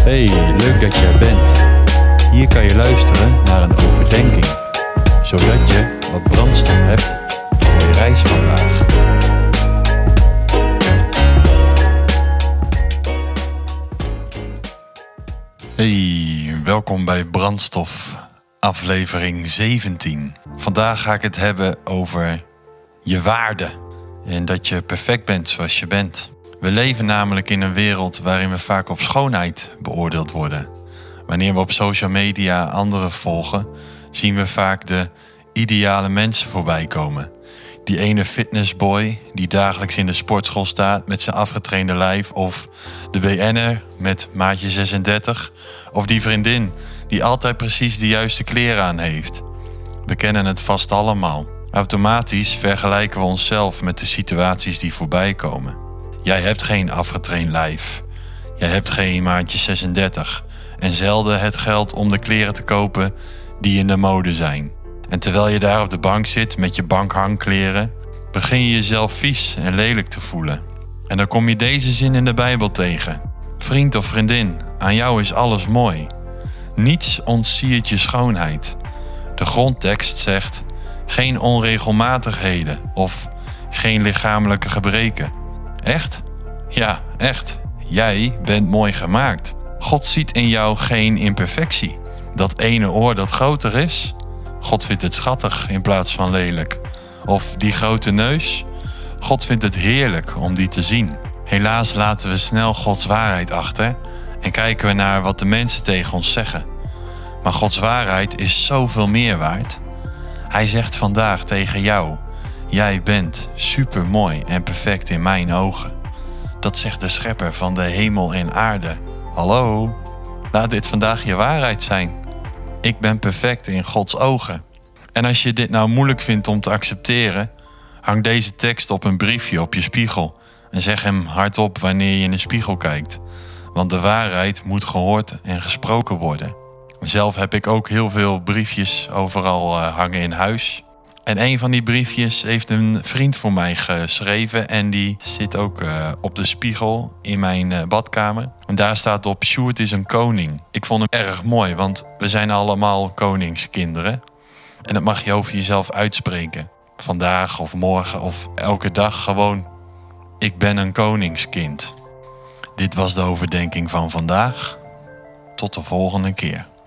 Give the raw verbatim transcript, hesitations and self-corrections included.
Hey, leuk dat je er bent. Hier kan je luisteren naar een overdenking, zodat je wat brandstof hebt voor je reis vandaag. Hey, welkom bij Brandstof, aflevering zeventien. Vandaag ga ik het hebben over je waarde en dat je perfect bent zoals je bent. We leven namelijk in een wereld waarin we vaak op schoonheid beoordeeld worden. Wanneer we op social media anderen volgen, zien we vaak de ideale mensen voorbij komen. Die ene fitnessboy die dagelijks in de sportschool staat met zijn afgetrainde lijf, of de B N'er met maatje zesendertig, of die vriendin die altijd precies de juiste kleren aan heeft. We kennen het vast allemaal. Automatisch vergelijken we onszelf met de situaties die voorbij komen. Jij hebt geen afgetraind lijf. Jij hebt geen maatje zesendertig. En zelden het geld om de kleren te kopen die in de mode zijn. En terwijl je daar op de bank zit met je bankhangkleren, begin je jezelf vies en lelijk te voelen. En dan kom je deze zin in de Bijbel tegen. Vriend of vriendin, aan jou is alles mooi. Niets ontsiert je schoonheid. De grondtekst zegt geen onregelmatigheden of geen lichamelijke gebreken. Echt? Ja, echt. Jij bent mooi gemaakt. God ziet in jou geen imperfectie. Dat ene oor dat groter is, God vindt het schattig in plaats van lelijk. Of die grote neus, God vindt het heerlijk om die te zien. Helaas laten we snel Gods waarheid achter en kijken we naar wat de mensen tegen ons zeggen. Maar Gods waarheid is zoveel meer waard. Hij zegt vandaag tegen jou: jij bent supermooi en perfect in mijn ogen. Dat zegt de schepper van de hemel en aarde. Hallo, laat dit vandaag je waarheid zijn. Ik ben perfect in Gods ogen. En als je dit nou moeilijk vindt om te accepteren, hang deze tekst op een briefje op je spiegel en zeg hem hardop wanneer je in de spiegel kijkt. Want de waarheid moet gehoord en gesproken worden. Zelf heb ik ook heel veel briefjes overal uh, hangen in huis. En een van die briefjes heeft een vriend voor mij geschreven en die zit ook uh, op de spiegel in mijn uh, badkamer. En daar staat op: Sjoerd is een koning. Ik vond hem erg mooi, want we zijn allemaal koningskinderen. En dat mag je over jezelf uitspreken. Vandaag of morgen of elke dag gewoon: ik ben een koningskind. Dit was de overdenking van vandaag. Tot de volgende keer.